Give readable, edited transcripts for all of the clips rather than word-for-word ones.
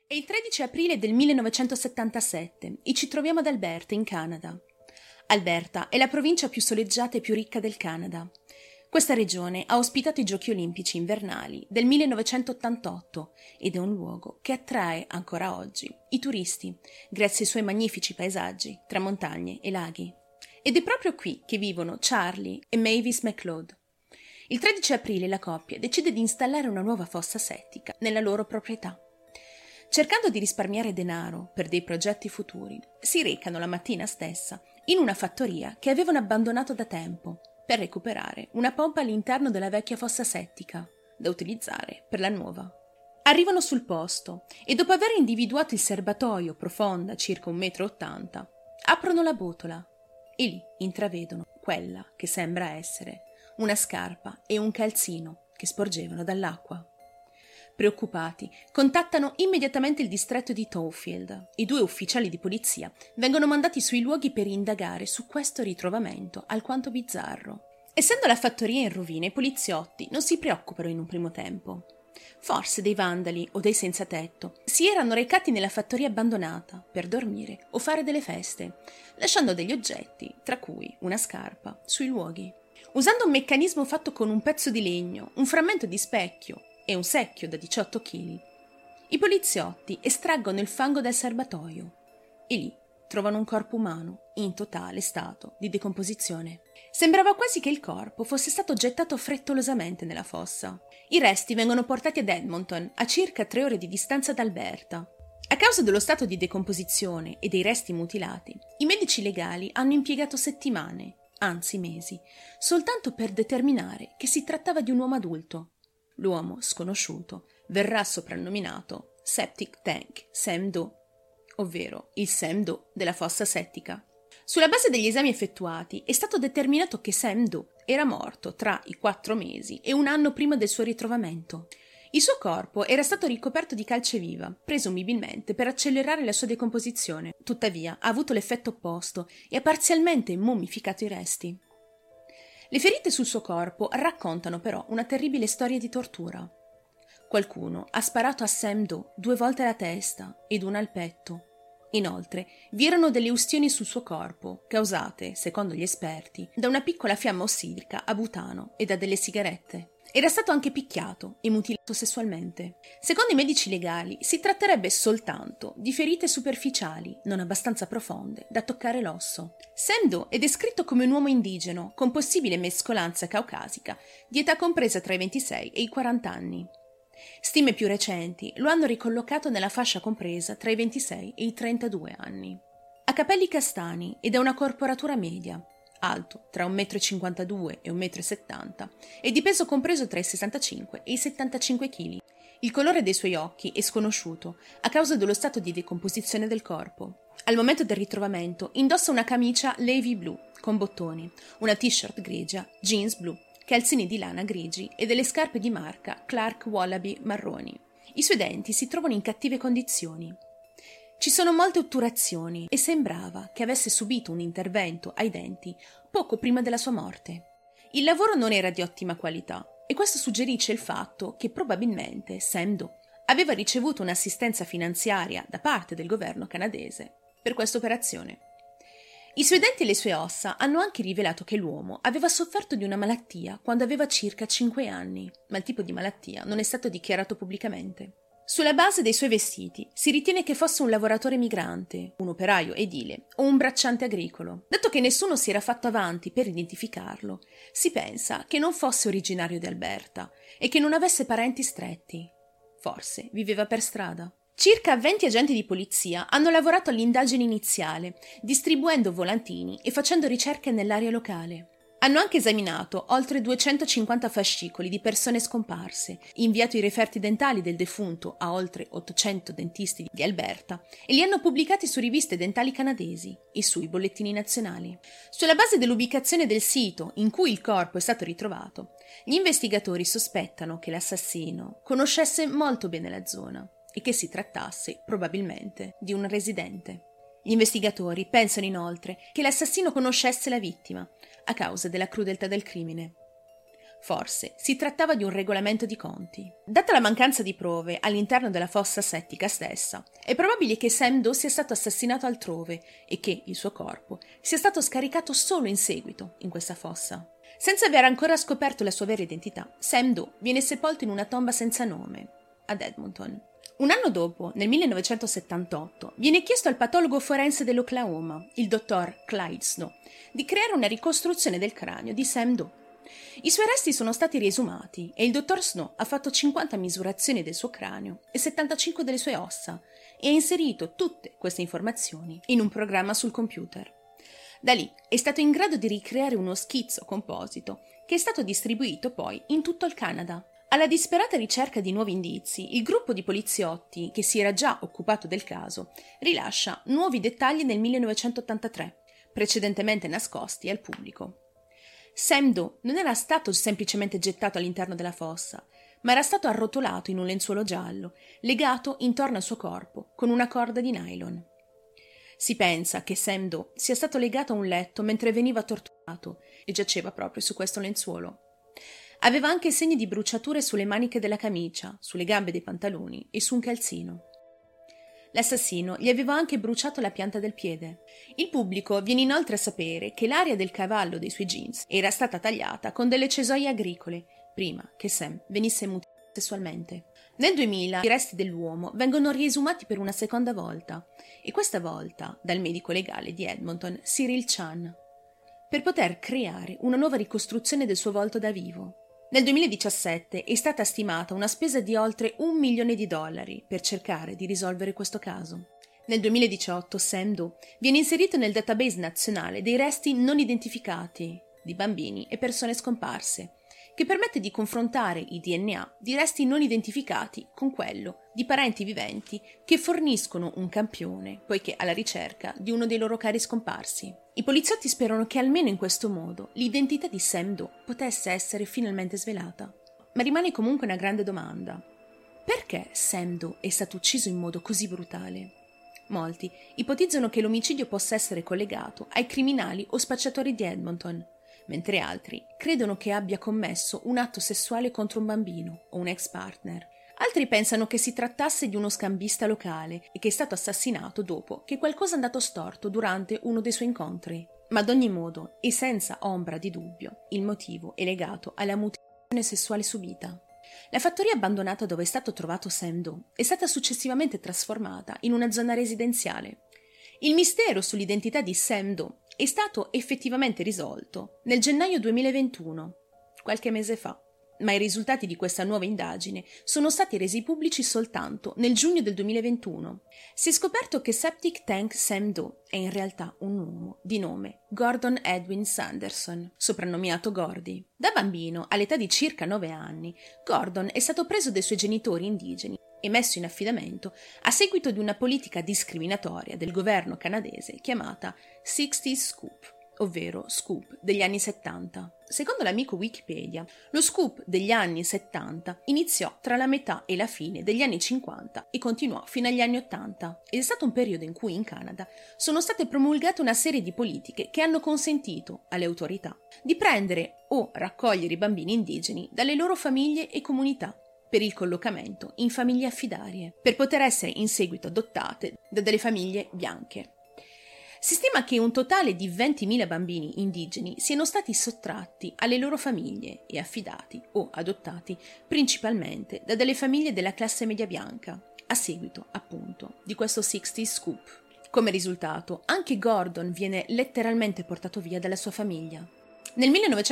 È il 13 aprile del 1977 e ci troviamo ad Alberta, in Canada. Alberta è la provincia più soleggiata e più ricca del Canada. Questa regione ha ospitato i Giochi Olimpici invernali del 1988 ed è un luogo che attrae ancora oggi i turisti, grazie ai suoi magnifici paesaggi tra montagne e laghi. Ed è proprio qui che vivono Charlie e Mavis McLeod. Il 13 aprile la coppia decide di installare una nuova fossa settica nella loro proprietà. Cercando di risparmiare denaro per dei progetti futuri, si recano la mattina stessa in una fattoria che avevano abbandonato da tempo per recuperare una pompa all'interno della vecchia fossa settica da utilizzare per la nuova. Arrivano sul posto e dopo aver individuato il serbatoio profonda circa 1,80 m, aprono la botola e lì intravedono quella che sembra essere una scarpa e un calzino che sporgevano dall'acqua. Preoccupati, contattano immediatamente il distretto di Towfield. I 2 ufficiali di polizia vengono mandati sui luoghi per indagare su questo ritrovamento alquanto bizzarro. Essendo la fattoria in rovine, i poliziotti non si preoccupano in un primo tempo. Forse dei vandali o dei senza tetto si erano recati nella fattoria abbandonata per dormire o fare delle feste, lasciando degli oggetti, tra cui una scarpa, sui luoghi. Usando un meccanismo fatto con un pezzo di legno, un frammento di specchio e un secchio da 18 kg, i poliziotti estraggono il fango dal serbatoio e lì trovano un corpo umano in totale stato di decomposizione. Sembrava quasi che il corpo fosse stato gettato frettolosamente nella fossa. I resti vengono portati ad Edmonton, a circa 3 ore di distanza da Alberta. A causa dello stato di decomposizione e dei resti mutilati, i medici legali hanno impiegato settimane, anzi mesi, soltanto per determinare che si trattava di un uomo adulto. L'uomo sconosciuto verrà soprannominato Septic Tank Sam Doe, ovvero il Sam Doe della fossa settica. Sulla base degli esami effettuati è stato determinato che Sam Doe era morto tra i 4 mesi e 1 anno prima del suo ritrovamento. Il suo corpo era stato ricoperto di calce viva, presumibilmente per accelerare la sua decomposizione. Tuttavia ha avuto l'effetto opposto e ha parzialmente mummificato i resti. Le ferite sul suo corpo raccontano però una terribile storia di tortura. Qualcuno ha sparato a Sam Doe 2 volte alla testa ed una al petto. Inoltre, vi erano delle ustioni sul suo corpo, causate, secondo gli esperti, da una piccola fiamma ossidica a butano e da delle sigarette. Era stato anche picchiato e mutilato sessualmente. Secondo i medici legali, si tratterebbe soltanto di ferite superficiali, non abbastanza profonde da toccare l'osso. Sam Doe è descritto come un uomo indigeno, con possibile mescolanza caucasica, di età compresa tra i 26 e i 40 anni. Stime più recenti lo hanno ricollocato nella fascia compresa tra i 26 e i 32 anni. Ha capelli castani ed ha una corporatura media, alto tra 1,52 m e 1,70 m e di peso compreso tra i 65 e i 75 kg. Il colore dei suoi occhi è sconosciuto a causa dello stato di decomposizione del corpo. Al momento del ritrovamento indossa una camicia navy blu con bottoni, una t-shirt grigia, jeans blu, calzini di lana grigi e delle scarpe di marca Clark Wallaby marroni. I suoi denti si trovano in cattive condizioni. Ci sono molte otturazioni e sembrava che avesse subito un intervento ai denti poco prima della sua morte. Il lavoro non era di ottima qualità e questo suggerisce il fatto che probabilmente Sam Doe aveva ricevuto un'assistenza finanziaria da parte del governo canadese per questa operazione. I suoi denti e le sue ossa hanno anche rivelato che l'uomo aveva sofferto di una malattia quando aveva circa 5 anni, ma il tipo di malattia non è stato dichiarato pubblicamente. Sulla base dei suoi vestiti si ritiene che fosse un lavoratore migrante, un operaio edile o un bracciante agricolo. Dato che nessuno si era fatto avanti per identificarlo, si pensa che non fosse originario di Alberta e che non avesse parenti stretti. Forse viveva per strada. Circa 20 agenti di polizia hanno lavorato all'indagine iniziale, distribuendo volantini e facendo ricerche nell'area locale. Hanno anche esaminato oltre 250 fascicoli di persone scomparse, inviato i referti dentali del defunto a oltre 800 dentisti di Alberta e li hanno pubblicati su riviste dentali canadesi e sui bollettini nazionali. Sulla base dell'ubicazione del sito in cui il corpo è stato ritrovato, gli investigatori sospettano che l'assassino conoscesse molto bene la zona e che si trattasse probabilmente di un residente. Gli investigatori pensano inoltre che l'assassino conoscesse la vittima a causa della crudeltà del crimine. Forse si trattava di un regolamento di conti. Data la mancanza di prove all'interno della fossa settica stessa, è probabile che Sam Doe sia stato assassinato altrove e che il suo corpo sia stato scaricato solo in seguito in questa fossa. Senza aver ancora scoperto la sua vera identità, Sam Doe viene sepolto in una tomba senza nome, ad Edmonton. Un anno dopo, nel 1978, viene chiesto al patologo forense dell'Oklahoma, il dottor Clyde Snow, di creare una ricostruzione del cranio di Sam Doe. I suoi resti sono stati riesumati e il dottor Snow ha fatto 50 misurazioni del suo cranio e 75 delle sue ossa e ha inserito tutte queste informazioni in un programma sul computer. Da lì è stato in grado di ricreare uno schizzo composito che è stato distribuito poi in tutto il Canada. Alla disperata ricerca di nuovi indizi, il gruppo di poliziotti che si era già occupato del caso rilascia nuovi dettagli nel 1983, precedentemente nascosti al pubblico. Sam Doe non era stato semplicemente gettato all'interno della fossa, ma era stato arrotolato in un lenzuolo giallo, legato intorno al suo corpo con una corda di nylon. Si pensa che Sam Doe sia stato legato a un letto mentre veniva torturato e giaceva proprio su questo lenzuolo. Aveva anche segni di bruciature sulle maniche della camicia, sulle gambe dei pantaloni e su un calzino. L'assassino gli aveva anche bruciato la pianta del piede. Il pubblico viene inoltre a sapere che l'area del cavallo dei suoi jeans era stata tagliata con delle cesoie agricole prima che Sam venisse mutilato sessualmente. Nel 2000 i resti dell'uomo vengono riesumati per una seconda volta e questa volta dal medico legale di Edmonton Cyril Chan per poter creare una nuova ricostruzione del suo volto da vivo. Nel 2017 è stata stimata una spesa di oltre $1 milione per cercare di risolvere questo caso. Nel 2018 Sam Doe viene inserito nel database nazionale dei resti non identificati di bambini e persone scomparse, che permette di confrontare i DNA di resti non identificati con quello di parenti viventi che forniscono un campione, poiché alla ricerca di uno dei loro cari scomparsi. I poliziotti sperano che almeno in questo modo l'identità di Sam Doe potesse essere finalmente svelata. Ma rimane comunque una grande domanda. Perché Sam Doe è stato ucciso in modo così brutale? Molti ipotizzano che l'omicidio possa essere collegato ai criminali o spacciatori di Edmonton, mentre altri credono che abbia commesso un atto sessuale contro un bambino o un ex partner. Altri pensano che si trattasse di uno scambista locale e che è stato assassinato dopo che qualcosa è andato storto durante uno dei suoi incontri. Ma ad ogni modo, e senza ombra di dubbio, il motivo è legato alla mutilazione sessuale subita. La fattoria abbandonata dove è stato trovato Sam Doe è stata successivamente trasformata in una zona residenziale. Il mistero sull'identità di Sam Doe è stato effettivamente risolto nel gennaio 2021, qualche mese fa, ma i risultati di questa nuova indagine sono stati resi pubblici soltanto nel giugno del 2021. Si è scoperto che Septic Tank Sam Doe è in realtà un uomo di nome Gordon Edwin Sanderson, soprannominato Gordy. Da bambino, all'età di circa 9 anni, Gordon è stato preso dai suoi genitori indigeni e messo in affidamento a seguito di una politica discriminatoria del governo canadese chiamata 60s Scoop, ovvero Scoop degli anni 70. Secondo l'amico Wikipedia, lo Scoop degli anni 70 iniziò tra la metà e la fine degli anni 50 e continuò fino agli anni 80 ed è stato un periodo in cui in Canada sono state promulgate una serie di politiche che hanno consentito alle autorità di prendere o raccogliere i bambini indigeni dalle loro famiglie e comunità per il collocamento in famiglie affidarie, per poter essere in seguito adottate da delle famiglie bianche. Si stima che un totale di 20.000 bambini indigeni siano stati sottratti alle loro famiglie e affidati o adottati principalmente da delle famiglie della classe media bianca, a seguito, appunto, di questo 60s Scoop. Come risultato, anche Gordon viene letteralmente portato via dalla sua famiglia. Nel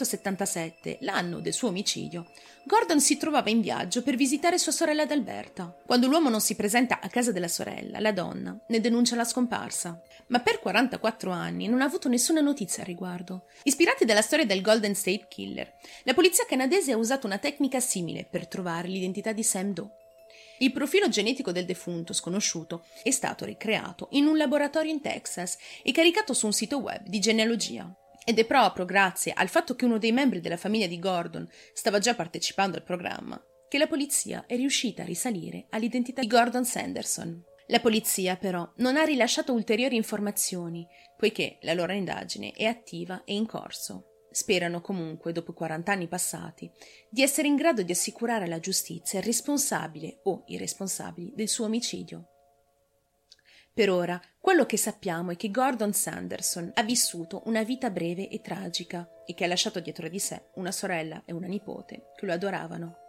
1977, l'anno del suo omicidio, Gordon si trovava in viaggio per visitare sua sorella Adalberta. Quando l'uomo non si presenta a casa della sorella, la donna ne denuncia la scomparsa. Ma per 44 anni non ha avuto nessuna notizia al riguardo. Ispirati dalla storia del Golden State Killer, la polizia canadese ha usato una tecnica simile per trovare l'identità di Sam Doe. Il profilo genetico del defunto sconosciuto è stato ricreato in un laboratorio in Texas e caricato su un sito web di genealogia. Ed è proprio grazie al fatto che uno dei membri della famiglia di Gordon stava già partecipando al programma che la polizia è riuscita a risalire all'identità di Gordon Sanderson. La polizia però non ha rilasciato ulteriori informazioni, poiché la loro indagine è attiva e in corso. Sperano comunque, dopo 40 anni passati, di essere in grado di assicurare alla giustizia il responsabile o i responsabili del suo omicidio. Per ora, quello che sappiamo è che Gordon Sanderson ha vissuto una vita breve e tragica e che ha lasciato dietro di sé una sorella e una nipote che lo adoravano.